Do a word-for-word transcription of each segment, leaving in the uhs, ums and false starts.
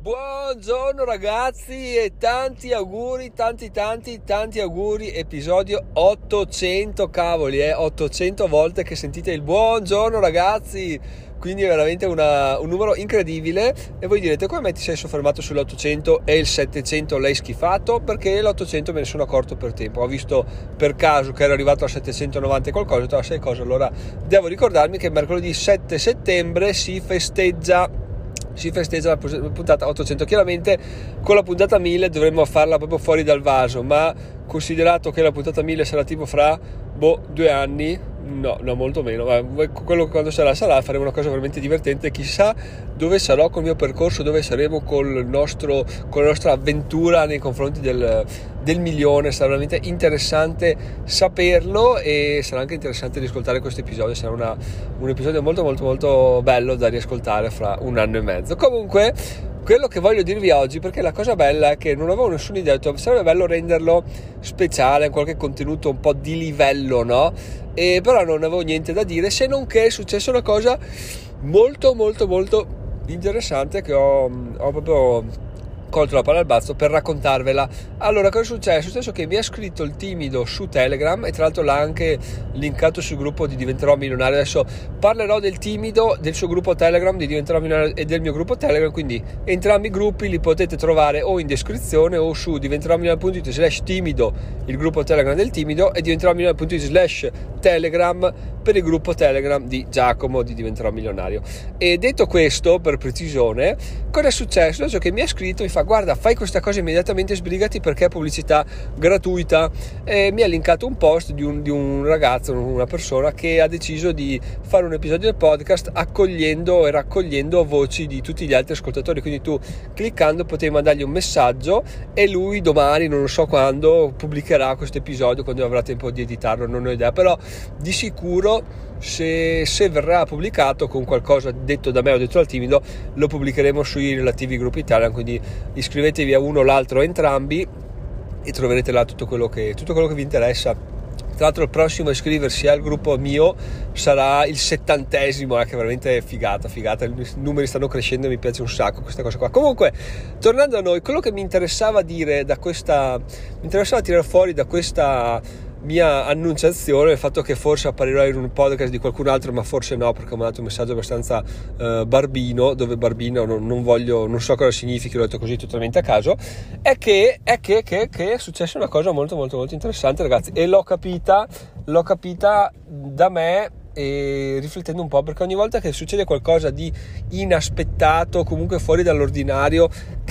Buongiorno ragazzi e tanti auguri, tanti tanti tanti auguri, episodio ottocento, cavoli, eh, ottocento volte che sentite il buongiorno ragazzi, quindi è veramente una, un numero incredibile. E voi direte: come mai ti sei soffermato sull'ottocento e il settecento l'hai schifato? Perché l'ottocento me ne sono accorto per tempo, ho visto per caso che ero arrivato a settecentonovanta e qualcosa, ho detto: ah, sai cosa, allora devo ricordarmi che mercoledì sette settembre si festeggia si festeggia la puntata ottocento. Chiaramente con la puntata mille dovremmo farla proprio fuori dal vaso, ma considerato che la puntata mille sarà tipo fra boh, due anni, no, no, molto meno, ma quello quando sarà sarà, faremo una cosa veramente divertente. Chissà dove sarò col mio percorso, dove saremo col nostro, con la nostra avventura nei confronti del, del milione. Sarà veramente interessante saperlo e sarà anche interessante riascoltare questo episodio. Sarà una, un episodio molto molto molto bello da riascoltare fra un anno e mezzo. Comunque, quello che voglio dirvi oggi, perché la cosa bella è che non avevo nessuna idea, ho detto, sarebbe bello renderlo speciale, qualche contenuto un po' di livello, no? E però non avevo niente da dire, se non che è successa una cosa molto molto molto interessante che ho, ho proprio colto la palla al balzo per raccontarvela. Allora, cosa è successo? È successo che mi ha scritto il timido su Telegram e tra l'altro l'ha anche linkato sul gruppo di Diventerò Milionario. Adesso parlerò del timido, del suo gruppo Telegram, di Diventerò Milionario e del mio gruppo Telegram, quindi entrambi i gruppi li potete trovare o in descrizione o su diventerò milionario punto it slash timido, il gruppo Telegram del timido, e diventerò milionario punto it slash Telegram per il gruppo Telegram di Giacomo di Diventerò Milionario. E detto questo, per precisione, cosa è successo? Adesso che mi ha scritto, mi fa: guarda, fai questa cosa immediatamente, sbrigati perché è pubblicità gratuita. E mi ha linkato un post di un, di un ragazzo, una persona che ha deciso di fare un episodio del podcast accogliendo e raccogliendo voci di tutti gli altri ascoltatori, quindi tu cliccando potevi mandargli un messaggio e lui domani, non so quando, pubblicherà questo episodio, quando avrà tempo di editarlo, non ho idea, però di sicuro Se, se verrà pubblicato con qualcosa detto da me o detto dal timido, lo pubblicheremo sui relativi gruppi Italian, quindi iscrivetevi a uno, l'altro, entrambi, e troverete là tutto quello che, tutto quello che vi interessa. Tra l'altro il prossimo a iscriversi al gruppo mio sarà il settantesimo, eh, che veramente è figata, figata, i numeri stanno crescendo e mi piace un sacco questa cosa qua. Comunque, tornando a noi, quello che mi interessava dire da questa, mi interessava tirare fuori da questa mia annunciazione, il fatto che forse apparirò in un podcast di qualcun altro, ma forse no, perché mi ha dato un messaggio abbastanza uh, barbino, dove barbino non, non voglio, non so cosa significhi, l'ho detto così totalmente a caso, è che è che, che, che è successa una cosa molto molto molto interessante ragazzi, e l'ho capita l'ho capita da me e riflettendo un po', perché ogni volta che succede qualcosa di inaspettato, comunque fuori dall'ordinario,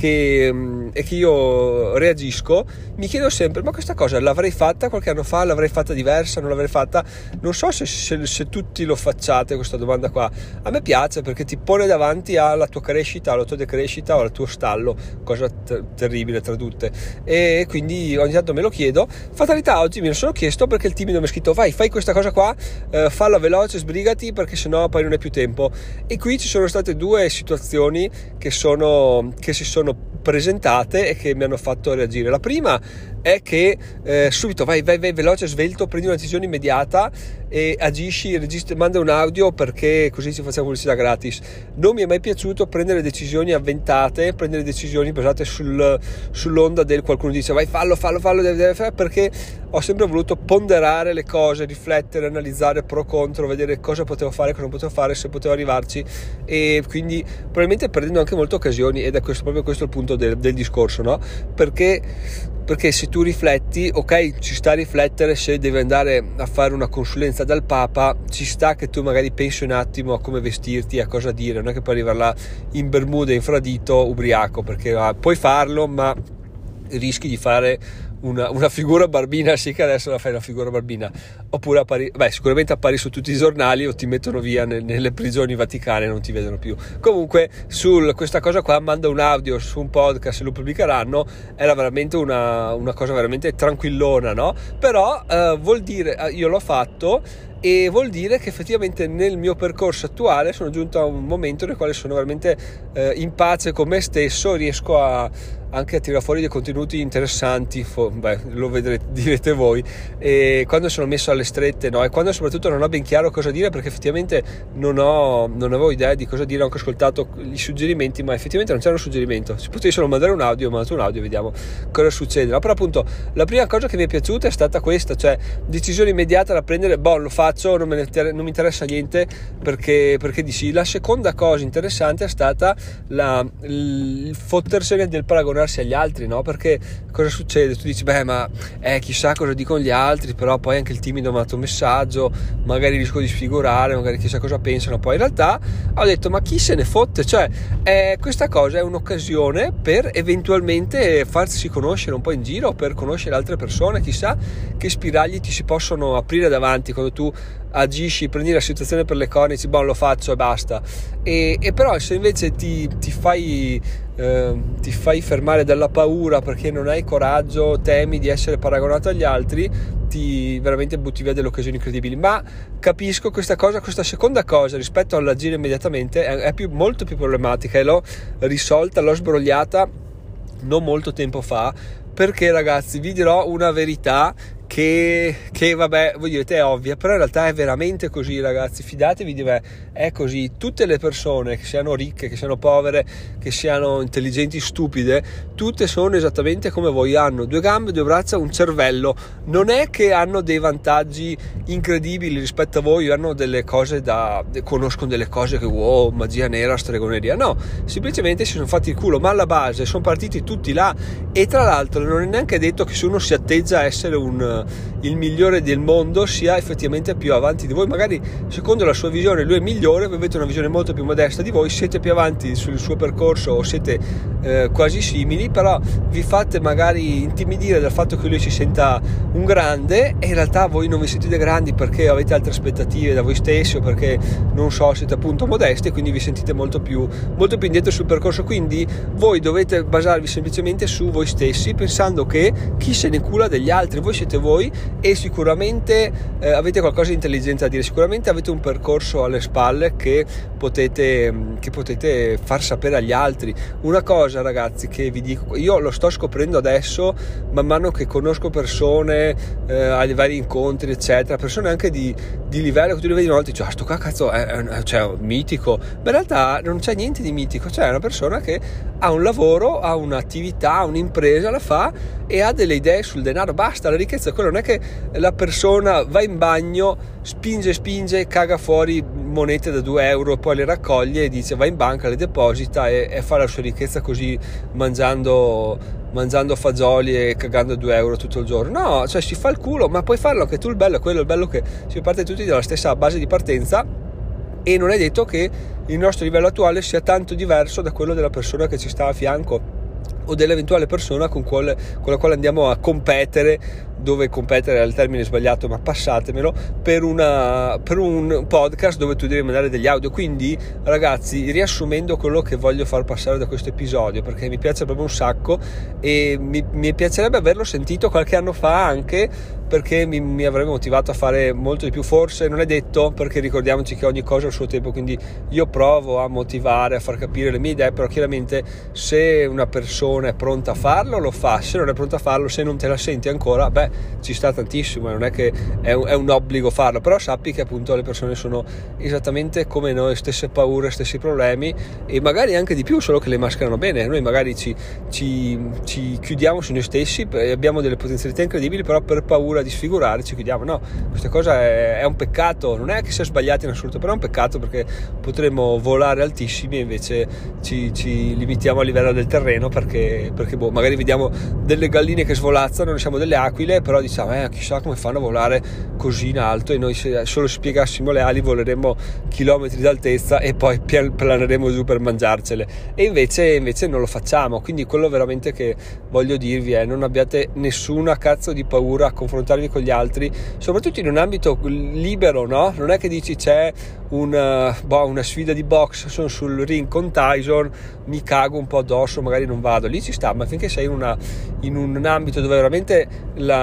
che, e che io reagisco, mi chiedo sempre: ma questa cosa l'avrei fatta qualche anno fa, l'avrei fatta diversa, non l'avrei fatta? Non so se, se, se tutti lo facciate questa domanda qua. A me piace perché ti pone davanti alla tua crescita, alla tua decrescita o al tuo stallo, cosa ter- terribile tra tutte, e quindi ogni tanto me lo chiedo. Fatalità, oggi me lo sono chiesto perché il timido mi ha scritto: vai, fai questa cosa qua, eh, falla veloce, sbrigati perché sennò poi non hai più tempo. E qui ci sono state due situazioni che sono che si sono presentate e che mi hanno fatto reagire. La prima è che eh, subito vai, vai, vai veloce, svelto, prendi una decisione immediata e agisci, registri, manda un audio perché così ci facciamo pubblicità gratis. Non mi è mai piaciuto prendere decisioni avventate, prendere decisioni basate sul, sull'onda del qualcuno dice vai, fallo, fallo, fallo, deve, deve fare, perché ho sempre voluto ponderare le cose, riflettere, analizzare pro contro, vedere cosa potevo fare, cosa non potevo fare, se potevo arrivarci, e quindi probabilmente perdendo anche molte occasioni. Ed è questo, proprio questo il punto del, del discorso, no? Perché perché se tu rifletti, ok, ci sta a riflettere, se devi andare a fare una consulenza dal Papa, ci sta che tu magari pensi un attimo a come vestirti, a cosa dire, non è che puoi arrivare là in bermuda, infradito, ubriaco, perché ah, puoi farlo, ma rischi di fare una, una figura barbina. Sì, che adesso la fai una figura barbina, oppure appari, beh, sicuramente appari su tutti i giornali o ti mettono via ne, nelle prigioni vaticane e non ti vedono più. Comunque, su questa cosa qua, manda un audio su un podcast e lo pubblicheranno, era veramente una, una cosa veramente tranquillona, no? Però eh, vuol dire, io l'ho fatto, e vuol dire che effettivamente nel mio percorso attuale sono giunto a un momento nel quale sono veramente eh, in pace con me stesso, riesco a anche a tirare fuori dei contenuti interessanti, fo- beh, lo vedrete, direte voi, e quando sono messo alle strette, no? E quando soprattutto non ho ben chiaro cosa dire, perché effettivamente non ho non avevo idea di cosa dire, ho anche ascoltato i suggerimenti, ma effettivamente non c'era un suggerimento, si poteva solo mandare un audio, ho mandato un audio, vediamo cosa succede. No, però appunto la prima cosa che mi è piaciuta è stata questa, cioè decisione immediata da prendere, boh, lo faccio, non, me ne, non mi interessa niente perché, perché di sì. La seconda cosa interessante è stata la, il fottersene del paragonarsi agli altri, no? Perché cosa succede? Tu dici, beh, ma eh, chissà cosa dicono gli altri, però poi anche il timido mi ha dato un messaggio, magari rischio di sfigurare, magari chissà cosa pensano. Poi in realtà ho detto, ma chi se ne fotte, cioè eh, questa cosa è un'occasione per eventualmente farsi conoscere un po' in giro, per conoscere altre persone, chissà che spiragli ti si possono aprire davanti quando tu agisci, prendi la situazione per le corna e dici, boh, lo faccio e basta. E, e però se invece ti, ti fai eh, ti fai fermare dalla paura perché non hai coraggio, temi di essere paragonato agli altri, ti veramente butti via delle occasioni incredibili. Ma capisco questa cosa, questa seconda cosa rispetto all'agire immediatamente è, è più, molto più problematica, e l'ho risolta, l'ho sbrogliata non molto tempo fa, perché ragazzi vi dirò una verità che, che vabbè, voi direte è ovvia, però in realtà è veramente così, ragazzi, fidatevi di me, è così. Tutte le persone, che siano ricche, che siano povere, che siano intelligenti, stupide, tutte sono esattamente come voi, hanno due gambe, due braccia, un cervello. Non è che hanno dei vantaggi incredibili rispetto a voi, hanno delle cose da, conoscono delle cose che wow, magia nera, stregoneria, no, semplicemente si sono fatti il culo, ma alla base sono partiti tutti là. E tra l'altro non è neanche detto che se uno si atteggia a essere un il migliore del mondo sia effettivamente più avanti di voi. Magari secondo la sua visione lui è migliore, voi avete una visione molto più modesta di voi, siete più avanti sul suo percorso o siete eh, quasi simili, però vi fate magari intimidire dal fatto che lui si senta un grande, e in realtà voi non vi sentite grandi perché avete altre aspettative da voi stessi, o perché non so, siete appunto modesti e quindi vi sentite molto più molto più indietro sul percorso. Quindi voi dovete basarvi semplicemente su voi stessi, pensando che chi se ne cura degli altri, voi siete voi, e sicuramente eh, avete qualcosa di intelligente da dire, sicuramente avete un percorso alle spalle che potete, che potete far sapere agli altri. Una cosa, ragazzi, che vi dico, io lo sto scoprendo adesso, man mano che conosco persone eh, ai vari incontri eccetera, persone anche di, di livello che tu li vedi una volta e dici, ah, sto cazzo è, è, cioè, mitico, ma in realtà non c'è niente di mitico, cioè è una persona che ha un lavoro, ha un'attività, ha un'impresa, la fa e ha delle idee sul denaro, basta. La ricchezza è quello, non è che la persona va in bagno, spinge spinge, caga fuori monete da due euro, poi le raccoglie e dice va in banca, le deposita e, e fa la sua ricchezza così mangiando mangiando fagioli e cagando due euro tutto il giorno. No, cioè si fa il culo, ma puoi farlo anche tu. Il bello è quello, il bello che si parte tutti dalla stessa base di partenza, e non è detto che il nostro livello attuale sia tanto diverso da quello della persona che ci sta a fianco o dell'eventuale persona con, quale, con la quale andiamo a competere, dove competere è il termine sbagliato, ma passatemelo, per, una, per un podcast dove tu devi mandare degli audio. Quindi ragazzi, riassumendo quello che voglio far passare da questo episodio, perché mi piace proprio un sacco e mi, mi piacerebbe averlo sentito qualche anno fa anche, perché mi, mi avrebbe motivato a fare molto di più. Forse non è detto, perché ricordiamoci che ogni cosa ha il suo tempo, quindi io provo a motivare, a far capire le mie idee, però chiaramente se una persona è pronta a farlo lo fa, se non è pronta a farlo, se non te la senti ancora, beh, ci sta tantissimo, non è che è un, è un obbligo farlo, però sappi che appunto le persone sono esattamente come noi, stesse paure, stessi problemi, e magari anche di più, solo che le mascherano bene. Noi magari ci, ci, ci chiudiamo su noi stessi, abbiamo delle potenzialità incredibili, però per paura di sfigurare ci chiudiamo. No, questa cosa è, è un peccato, non è che sia sbagliata in assoluto, però è un peccato, perché potremmo volare altissimi e invece ci, ci limitiamo a livello del terreno, perché, perché boh, magari vediamo delle galline che svolazzano, noi siamo delle aquile, però diciamo eh, chissà come fanno a volare così in alto, e noi se solo spiegassimo le ali voleremmo chilometri d'altezza e poi planeremo giù per mangiarcele, e invece, invece non lo facciamo. Quindi quello veramente che voglio dirvi è: non abbiate nessuna cazzo di paura a confrontarvi con gli altri, soprattutto in un ambito libero, no? Non è che dici c'è una, boh, una sfida di box, sono sul ring con Tyson, mi cago un po' addosso, magari non vado, lì ci sta. Ma finché sei in, una, in un ambito dove veramente la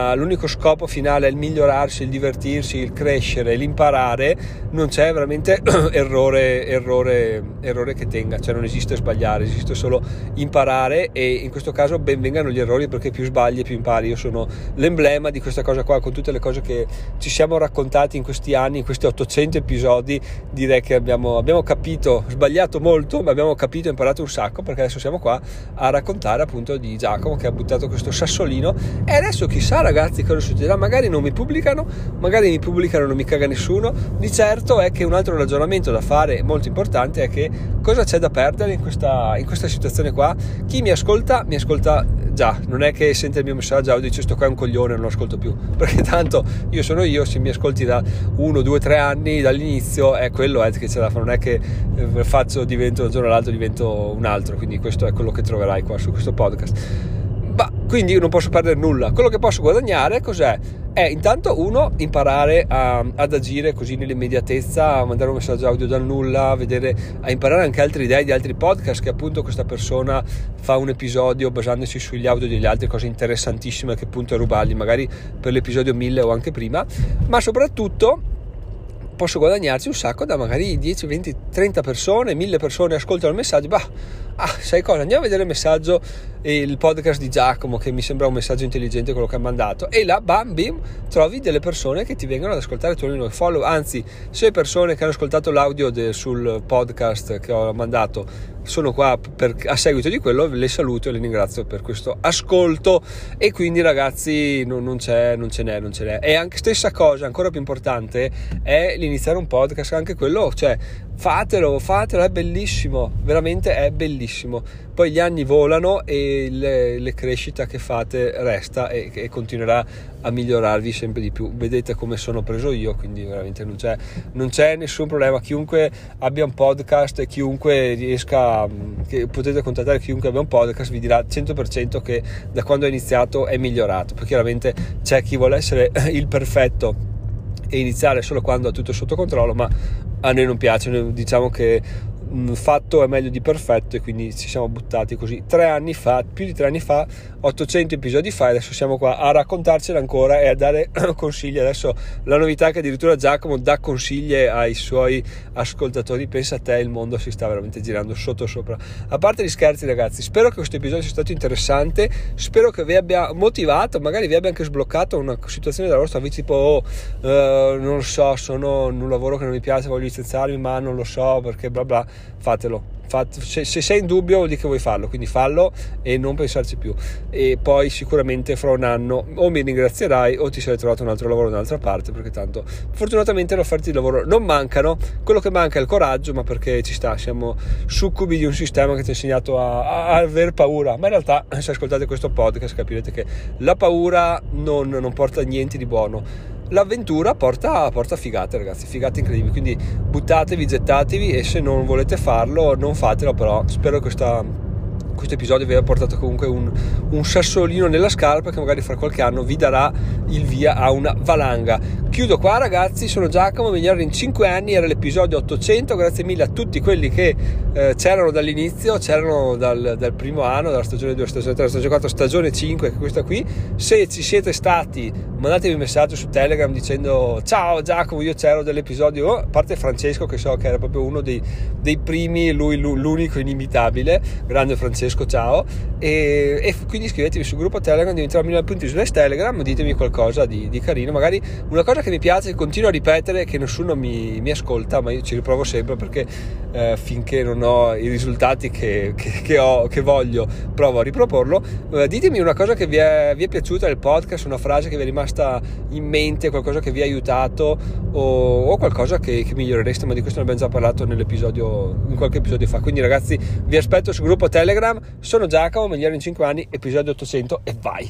l'unica, l'unico scopo finale è il migliorarsi, il divertirsi, il crescere, l'imparare, non c'è veramente errore, errore, errore che tenga, cioè non esiste sbagliare, esiste solo imparare, e in questo caso ben vengano gli errori, perché più sbagli più impari. Io sono l'emblema di questa cosa qua, con tutte le cose che ci siamo raccontati in questi anni, in questi ottocento episodi. Direi che abbiamo, abbiamo capito, sbagliato molto, ma abbiamo capito e imparato un sacco, perché adesso siamo qua a raccontare appunto di Giacomo che ha buttato questo sassolino. E adesso chissà, ragazzi, cosa succederà. Magari non mi pubblicano, magari mi pubblicano, non mi caga nessuno. Di certo è che un altro ragionamento da fare molto importante è che cosa c'è da perdere in questa, in questa situazione qua. Chi mi ascolta mi ascolta già, non è che sente il mio messaggio audio e dice sto qua è un coglione, non lo ascolto più, perché tanto io sono io. Se mi ascolti da uno, due, tre anni dall'inizio, è quello è che ce la fa, non è che faccio, divento da un giorno all'altro divento un altro. Quindi questo è quello che troverai qua su questo podcast. Ma quindi io non posso perdere nulla. Quello che posso guadagnare cos'è? È intanto uno, imparare a, ad agire così nell'immediatezza, a mandare un messaggio audio dal nulla, a vedere, a imparare anche altre idee di altri podcast, che appunto questa persona fa un episodio basandosi sugli audio degli altri, cose interessantissime che appunto rubarli magari per l'episodio mille o anche prima. Ma soprattutto posso guadagnarci un sacco da magari dieci, venti, trenta persone, mille persone ascoltano il messaggio. Bah, ah, sai cosa? Andiamo a vedere il messaggio e il podcast di Giacomo, che mi sembra un messaggio intelligente quello che ha mandato, e là, bam, bim, trovi delle persone che ti vengono ad ascoltare, tu non follow. Anzi, se persone che hanno ascoltato l'audio de, sul podcast che ho mandato sono qua per, a seguito di quello, le saluto e le ringrazio per questo ascolto. E quindi, ragazzi, non, non c'è, non ce n'è, non ce n'è. E anche stessa cosa, ancora più importante, è l'iniziare un podcast, anche quello, cioè fatelo, fatelo, è bellissimo, veramente è bellissimo. Poi gli anni volano e le, le crescita che fate resta e, e continuerà a migliorarvi sempre di più. Vedete come sono preso io, quindi veramente non c'è, non c'è nessun problema. Chiunque abbia un podcast e chiunque riesca, che potete contattare chiunque abbia un podcast, vi dirà cento per cento che da quando è iniziato è migliorato. Poi chiaramente c'è chi vuole essere il perfetto e iniziare solo quando ha tutto sotto controllo, ma a noi non piace. Noi diciamo che fatto è meglio di perfetto, e quindi ci siamo buttati così tre anni fa, più di tre anni fa, ottocento episodi fa, e adesso siamo qua a raccontarcela ancora e a dare consigli. Adesso la novità è che addirittura Giacomo dà consigli ai suoi ascoltatori. Pensa a te, il mondo si sta veramente girando sotto sopra. A parte gli scherzi, ragazzi, spero che questo episodio sia stato interessante, spero che vi abbia motivato, magari vi abbia anche sbloccato una situazione della vostra vita, tipo oh, uh, non lo so, sono in un lavoro che non mi piace, voglio licenziarmi ma non lo so perché bla bla. Fatelo. Se, se sei in dubbio vuol dire che vuoi farlo, quindi fallo e non pensarci più. E poi sicuramente fra un anno o mi ringrazierai o ti sarai trovato un altro lavoro da un'altra parte, perché tanto fortunatamente le offerte di lavoro non mancano. Quello che manca è il coraggio, ma perché ci sta, siamo succubi di un sistema che ti ha insegnato a, a, a aver paura. Ma in realtà, se ascoltate questo podcast capirete che la paura non, non porta a niente di buono. L'avventura porta, porta figate, ragazzi, figate incredibili. Quindi buttatevi, gettatevi, e se non volete farlo non fatelo. Però spero che questa, questo episodio vi abbia portato comunque un, un sassolino nella scarpa, che magari fra qualche anno vi darà il via a una valanga. Chiudo qua, ragazzi, sono Giacomo, migliore in cinque anni, era l'episodio ottocento. Grazie mille a tutti quelli che eh, c'erano dall'inizio, c'erano dal, dal primo anno, dalla stagione due, stagione tre, stagione quattro, stagione cinque, che è questa qui. Se ci siete stati, mandatemi un messaggio su Telegram dicendo ciao Giacomo, io c'ero dell'episodio, a parte Francesco che so che era proprio uno dei, dei primi, lui l'unico inimitabile, grande Francesco, ciao. E, e quindi iscrivetevi sul gruppo Telegram, diventerò mille punti su Telegram, ditemi qualcosa di, di carino, magari una cosa che mi piace, che continuo a ripetere, che nessuno mi, mi ascolta, ma io ci riprovo sempre, perché eh, finché non ho i risultati che, che, che, ho, che voglio, provo a riproporlo. Eh, ditemi una cosa che vi è, vi è piaciuta del podcast, una frase che vi è rimasta in mente, qualcosa che vi ha aiutato, o, o qualcosa che, che migliorereste, ma di questo ne abbiamo già parlato nell'episodio, in qualche episodio fa. Quindi, ragazzi, vi aspetto sul gruppo Telegram. Sono Giacomo, migliore in cinque anni, episodio ottocento, e vai!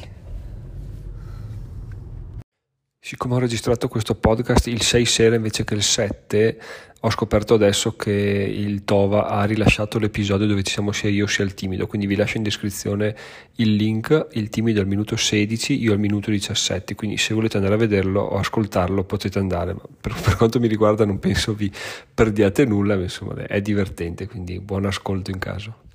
Siccome ho registrato questo podcast il sei sera invece che il sette, ho scoperto adesso che il Tova ha rilasciato l'episodio dove ci siamo sia io sia il timido, quindi vi lascio in descrizione il link. Il timido è al minuto sedici, io al minuto diciassette, quindi se volete andare a vederlo o ascoltarlo potete andare, ma per, per quanto mi riguarda non penso vi perdiate nulla, ma insomma è divertente, quindi buon ascolto in caso.